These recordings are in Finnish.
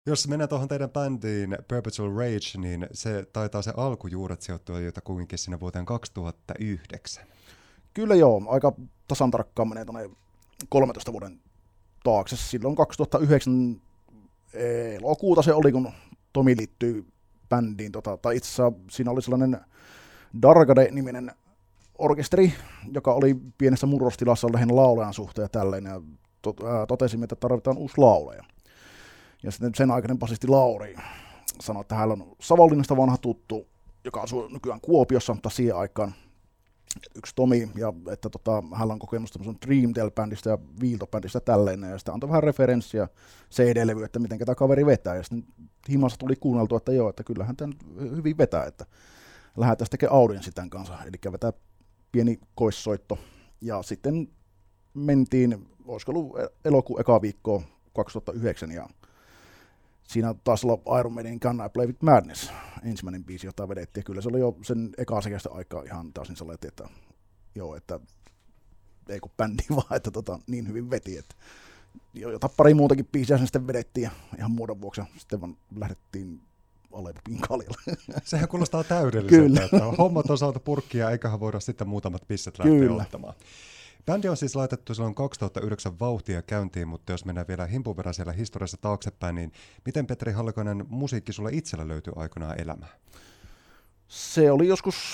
Jos mennään tuohon teidän bändiin Perpetual Rage, niin se taitaa se alkujuuret sijoittua jotakuinkin sinne vuoteen 2009. Kyllä joo, aika tasan tarkkaan menee tuonne 13 vuoden taakse. Silloin 2009 elokuuta se oli, kun Tomi liittyi bändiin. Tai itse asiassa siinä oli sellainen Dargade-niminen orkesteri, joka oli pienessä murrostilassa lähinnä laulajan suhteen ja tälleen. Ja totesimme, että tarvitaan uusi laulaja. Ja sitten sen aikainen basisti Lauri sanoi, että hänellä on Savonlinnasta vanha tuttu, joka asuu nykyään Kuopiossa, mutta siihen aikaan yksi Tomi, ja että hänellä on kokemusta Dreamtale-bändistä ja Viilto-bändistä tälleen, ja sitten antoi vähän referenssiä CD-levyä, että miten tämä kaveri vetää, ja sitten himassa tuli kuunneltua, että joo, että kyllähän tämä hyvin vetää, että lähdetään tekemään audienssi tämän kanssa, eli vetää pieni koissoitto, ja sitten mentiin, olisiko ollut elokuun eka viikkoa 2009, ja siinä taisi olla Iron Maidenin Can I Play With Madness, ensimmäinen biisi, jota vedettiin. Ja kyllä se oli jo sen ekaa sekästä aikaa ihan täysin sellainen, että joo, että ei kun bändi vaan, että niin hyvin veti. Että jota pari muutakin biisiä sen sitten vedettiin ja ihan muodon vuoksi sitten vaan lähdettiin Alepupin kaljalle. Sehän kuulostaa täydelliseltä, että hommat on saatu purkkia, eiköhän voida sitten muutamat pisset lähteä ottamaan. Bändi on siis laitettu silloin 2009 vauhtia käyntiin, mutta jos mennään vielä himpun verran siellä historiassa taaksepäin, niin miten Petri Hallikoinen musiikki sulle itsellä löytyi aikanaan elämään? Se oli joskus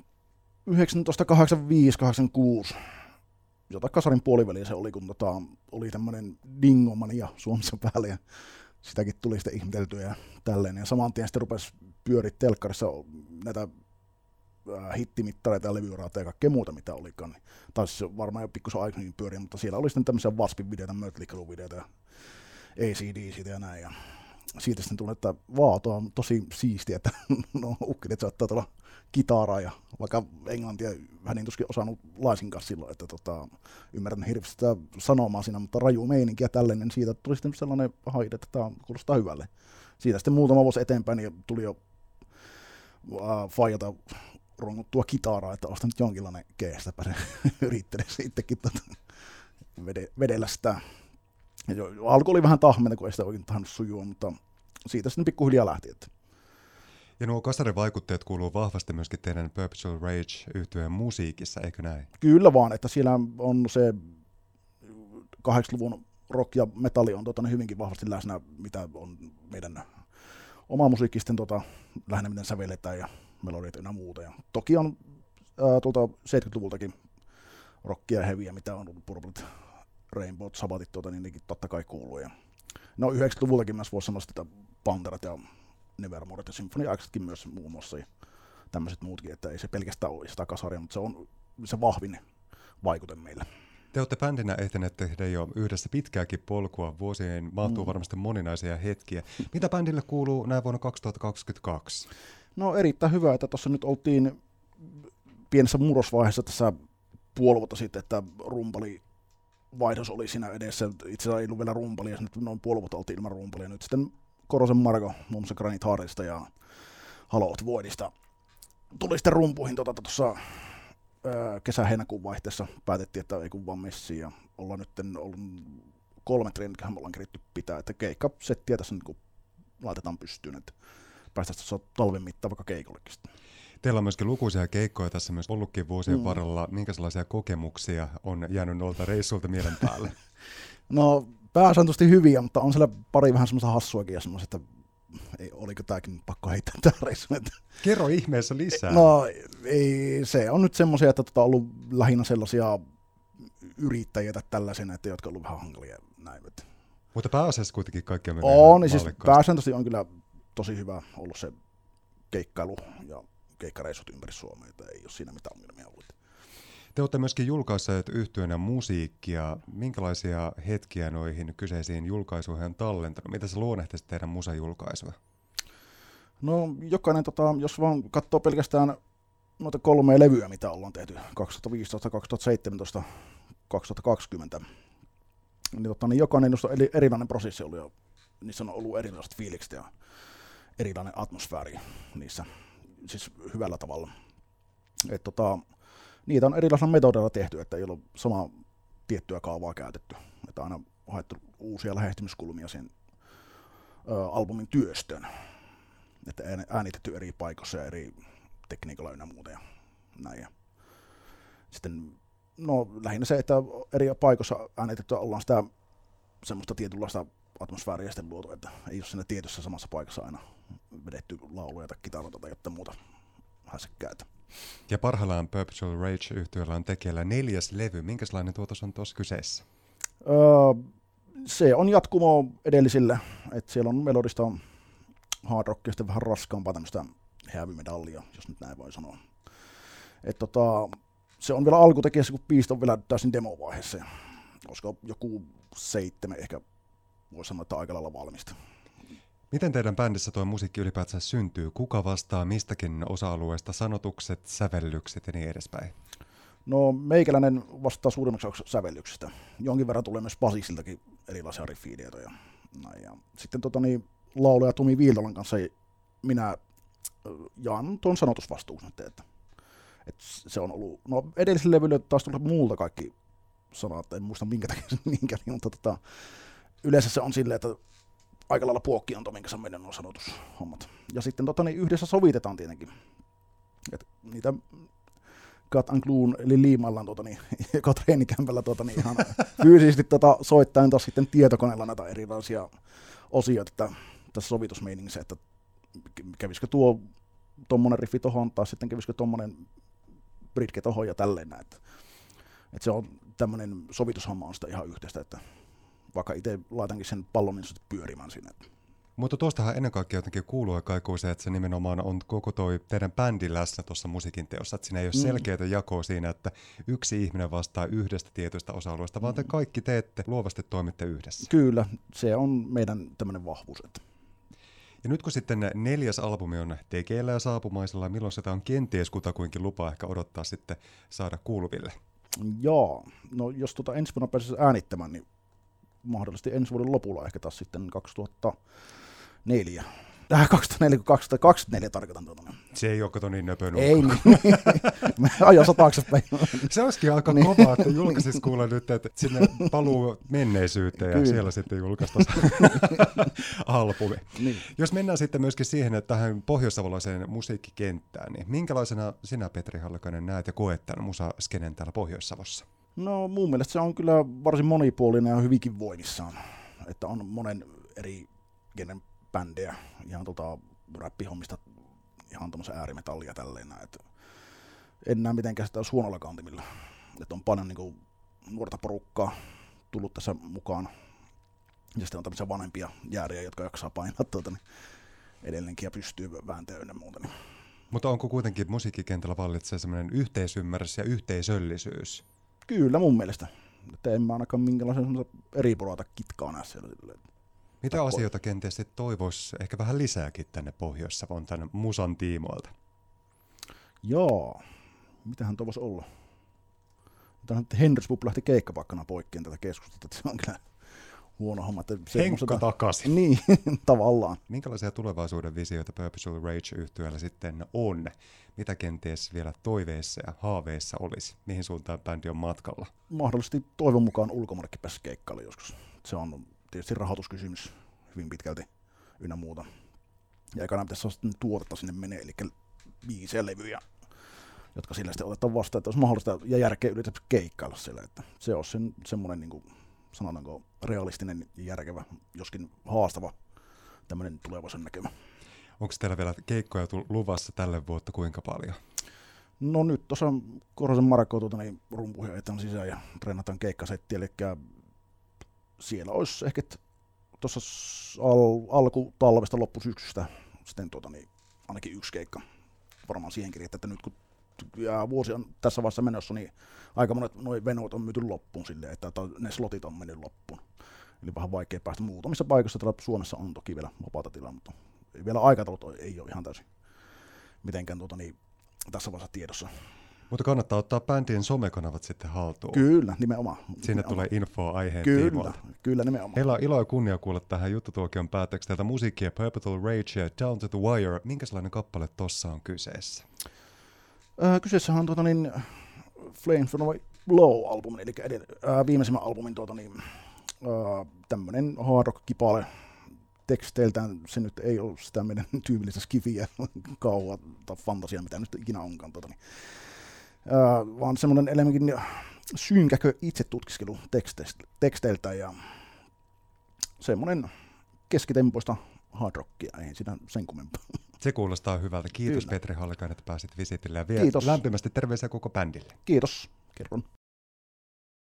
1985-86, jota kasarin puoliväliä se oli, kun oli tämmöinen dingomania Suomessa päällä ja sitäkin tuli sitten ihmeteltyä ja tälleen. Ja saman tien sitten rupesi pyöriä telkkarissa näitä hittimittareita ja levyraatoja ja kaikkea muuta, mitä olikaan. Taisi varmaan jo pikkusen aikaisemmin pyöriä, mutta siellä oli sitten tämmöisiä Waspin videoita, Mötley Crüe videoita ja AC/DC ja näin. Ja siitä sitten tuli, että tuo on tosi siistiä, että no ukkinet saattaa tulla kitaraa ja vaikka englantia vähän niin tuskin osannut laisinkaan silloin, että ymmärrän hirveästi sitä sanomaa siinä, mutta raju meininki ja tälleen, niin siitä tuli sitten sellainen haide, että tämä kuulostaa hyvälle. Siitä sitten muutama vuosi eteenpäin niin tuli jo faijata ronguttua kitaraa, että ostan nyt jonkinlainen keestä, pääsen yrittelemään itsekin vedellä sitä. Alku oli vähän tahmenta, kun ei sitä oikein tahannut sujua, mutta siitä sitten pikkuhiljaa lähti. Että. Ja nuo kasarivaikutteet kuuluu vahvasti myöskin teidän Perpetual Rage-yhtyeen musiikissa, eikö näin? Kyllä vaan, että siellä on se 80-luvun rock ja metalli on hyvinkin vahvasti läsnä, mitä on meidän oma musiikki sitten lähinnä miten sävelletään ja melodiat ja muuta. Ja toki on tuolta 70-luvultakin rockia ja heviä, mitä on ollut Purplet, Rainbow, Sabbathit, niin nekin totta kai kuuluu. Ja no 90-luvultakin myös voisi sanoa sitä Panterat ja Nevermoret ja Symphony X:tkin myös muun muassa ja tämmöiset muutkin, että ei se pelkästään ole sitä kasaria, mutta se on se vahvin vaikute meille. Te olette bändinä ehtineet tehdä jo yhdessä pitkääkin polkua, vuosien mahtuu varmasti moninaisia hetkiä. Mitä bändille kuuluu näin vuonna 2022? No erittäin hyvä, että tuossa nyt oltiin pienessä murrosvaiheessa tässä puoli vuotta sitten, että rumpali vaihdos oli siinä edessä. Itse asiassa ei ollut vielä rumpalia, ja nyt noin puoli vuotta oltiin ilman rumpalia. Nyt sitten Korosen Marko, muun muassa Granite Heartista ja Halo of Voidista tuli sitten rumpuihin tuossa kesä-heinäkuun vaihteessa. Päätettiin, että ei kun vaan messiin, ja ollaan nyt ollut 3 treenikähän me ollaan keritty pitää, että keikkasettiä tässä niin laitetaan pystyyn, että päästään tuossa talven mittaan vaikka keikollekin. Teillä on myöskin lukuisia keikkoja tässä myös ollutkin vuosien varrella. Minkälaisia kokemuksia on jäänyt noilta reissuilta mielen päälle? No pääsääntöisesti hyviä, mutta on siellä pari vähän semmoista hassuakin ja semmoista, että oliko tämäkin pakko heittää tämä reissu. Kerro ihmeessä lisää. No ei, se on nyt semmoisia, että on ollut lähinnä sellaisia yrittäjiä tai tällaisia, että jotka on ollut vähän hankalia näin. Mutta pääasiassa kuitenkin kaikki on on, niin siis pääsääntöisesti on kyllä tosi hyvä ollut se keikkailu ja keikkareissut ympäri Suomea, että ei ole siinä mitään ongelmia ollut. Te olette myöskin julkaisseet yhtyeenä musiikkia. Minkälaisia hetkiä noihin kyseisiin julkaisuihin on tallentanut? Mitä se luonnehtisit teidän musajulkaisua? No jokainen, jos vaan katsoo pelkästään noita 3 levyä, mitä ollaan tehty 2015, 2017, 2020, niin jokainen on erilainen prosessi ollut ja niissä on ollut erilaiset fiilikset ja erilainen atmosfääri niissä, siis hyvällä tavalla. Niitä on erilaisilla metodeilla tehty, että ei ole samaa tiettyä kaavaa käytetty. Että aina haettu uusia lähestymiskulmia siihen albumin työstön. Että äänitetty eri paikoissa ja eri tekniikalla ynnä muuta ja näin. Ja sitten lähinnä se, että eri paikoissa äänitetty ollaan sitä semmoista tietynlaista atmosfääriä sitten luotu, että ei ole siinä tietyssä samassa paikassa aina vedetty lauluja tai kitaroita tai jotain muuta hässäkkäitä. Ja parhaillaan Perpetual Rage-yhtiöllä on tekijällä 4. levy. Minkälainen tuotos on tuossa kyseessä? Se on jatkumo edellisille, että siellä on melodista hard rockia, sitten vähän raskaampaa tämmöistä heavy metallia, jos nyt näin voi sanoa. Se on vielä alkutekijässä, kun biisit on vielä täysin demovaiheessa. Olisiko joku 7 ehkä voisi sanoa, että aika lailla valmista. Miten teidän bändissä tuo musiikki ylipäätään syntyy? Kuka vastaa mistäkin osa-alueesta, sanotukset, sävellykset ja niin edespäin? No meikäläinen vastaa suurimmaksi osaksi sävellyksistä. Jonkin verran tulee myös Basisiltakin erilaisia riffiideoita. Ja sitten laulaja Tomi Viiltolan kanssa minä jaan tuon sanotusvastuun. Että se on ollut, edellisellä levyllä taas tullut muulta kaikki sanat, en muista minkä takia se niin kävi, mutta yleensä se on silleen, että aika lailla puokki on minkä se meidän on sanotushommat. Ja sitten yhdessä sovitetaan tietenkin. Et niitä cut and glue, eli liimaillaan joka treenikämpällä ihan fyysisesti soittaen taas sitten tietokoneella näitä erilaisia osioita tässä sovitusmeiningissä, että kävisikö tommonen riffi tohon, tai sitten kävisikö tommonen bridge tohon ja tälleen näin. Että se on tämmönen sovitushomma on sitä ihan yhteistä, että vaikka itse laitankin sen pallon niin pyörimään siinä. Mutta tuostahan ennen kaikkea jotenkin kuuluu ja kaikuu se, että se nimenomaan on koko toi teidän bändin läsnä tuossa musiikin teossa, että siinä ei ole selkeää jakoa siinä, että yksi ihminen vastaa yhdestä tietystä osa-alueesta, vaan te kaikki teette, luovasti toimitte yhdessä. Kyllä, se on meidän tämmöinen vahvuus. Ja nyt kun sitten 4. albumi on tekeillä ja saapumaisella, milloin sitä on kenties kutakuinkin lupaa ehkä odottaa sitten saada kuuluville? Joo, no jos ensi vuonna pääsisi äänittämään, niin mahdollisesti ensi vuoden lopulla ehkä taas sitten 2004. 2024 tarkoitan Se ei ole kato niin nöpö nuukka. Ei niin. Me ajoissa taaksepäin. Se olisikin aika kovaa, että julkaisis kuulla nyt, että sinne paluu menneisyyteen ja siellä sitten julkaistaan albumi. Niin. Jos mennään sitten myöskin siihen, että tähän pohjoissavolaiseen musiikkikenttään, niin minkälaisena sinä, Petri Hallakainen, näet ja koet tämän musaskenen täällä Pohjois-Savossa? No mun mielestä se on kyllä varsin monipuolinen ja hyvinkin voimissaan. Että on monen eri genren bändejä, ihan räppihommista, ihan tommosen äärimetallia tälleen näin. En näe mitenkään sitä huonolla kantimilla. Että on paljon niinku nuorta porukkaa tullut tässä mukaan. Ja sitten on tämmöisiä vanhempia jääriä, jotka jaksaa painaa edelleenkin ja pystyy vääntämään ynnä muuta. Niin. Mutta onko kuitenkin musiikkikentällä vallitsee semmoinen yhteisymmärrys ja yhteisöllisyys? Kyllä mun mielestä. Että en mä ainakaan minkälaisen eri puraata kitkaa näe siellä. Mitä asioita kenties sitten toivoisi ehkä vähän lisääkin tänne Pohjois-Savon tänne musan tiimoilta? Joo, mitähän toivoisi olla? Henrys Pub lähti keikkapaikkana poikkeen tätä keskustelua, että se on kyllä huono homma. Henkka takaisin. Niin, tavallaan. Minkälaisia tulevaisuuden visioita Perpetual Rage-yhtyeellä sitten on? Mitä kenties vielä toiveissa ja haaveissa olisi? Mihin suuntaan bändi on matkalla? Mahdollisesti toivon mukaan ulkomaankin pääsi keikkailla joskus. Se on tietysti rahoituskysymys hyvin pitkälti ynnä muuta. Ja aikana pitäisi olla tuotetta sinne menee, eli biisejä, levyjä, jotka sillä sitten otetaan vastaan, että olisi mahdollista ja järkeä ylitä keikkailla siellä. Että se olisi semmoinen, niin kuin, sanotaanko, realistinen ja järkevä, joskin haastava tämmöinen tulevaisuuden näkymä. Onko teillä vielä keikkoja luvassa tälle vuotta kuinka paljon? No nyt tuossa Korhosen Markko rumpuja etän sisään ja treenataan keikkasettiä, eli siellä olisi ehkä tuossa alkutalvesta loppusyksystä sitten ainakin yksi keikka. Varmaan siihen kirjat, että nyt kun vuosi on tässä vaiheessa menossa, niin aika monet nuo venot on myyty loppuun silleen, että ne slotit on mennyt loppuun. Eli vähän vaikea päästä muutamissa paikoissa. Täällä Suomessa on toki vielä vapaata tilaa, mutta vielä aikataulut ei ole ihan täysin mitenkään tässä vaiheessa tiedossa. Mutta kannattaa ottaa bändien somekanavat sitten haltuun. Kyllä, nimenomaan. Sinne tulee infoa aiheen tiimoilta. Kyllä, nimenomaan. Meillä on ilo ja kunnia kuulla tähän juttutuokion päätteeksi teiltä musiikkia Perpetual Rage ja Down to the Wire. Minkälainen kappale tossa on kyseessä? Kyseessähän on Flames from Blow-albumi, eli viimeisimmän albumin tämmönen hard rock-kipale, teksteiltään se nyt ei ole sitä meidän tyypillistä skifiä, kauaa tai fantasiaa, mitä nyt ikinä onkaan. Vaan semmoinen enemmänkin synkäkö itsetutkiskelu teksteiltä ja semmoinen keskitempoista hard rockia, ei siinä sen kummempaa. Se kuulostaa hyvältä. Kiitos Petri Hallikainen, että pääsit visitille ja vielä Kiitos. Lämpimästi terveisiä koko bändille. Kiitos, kerron.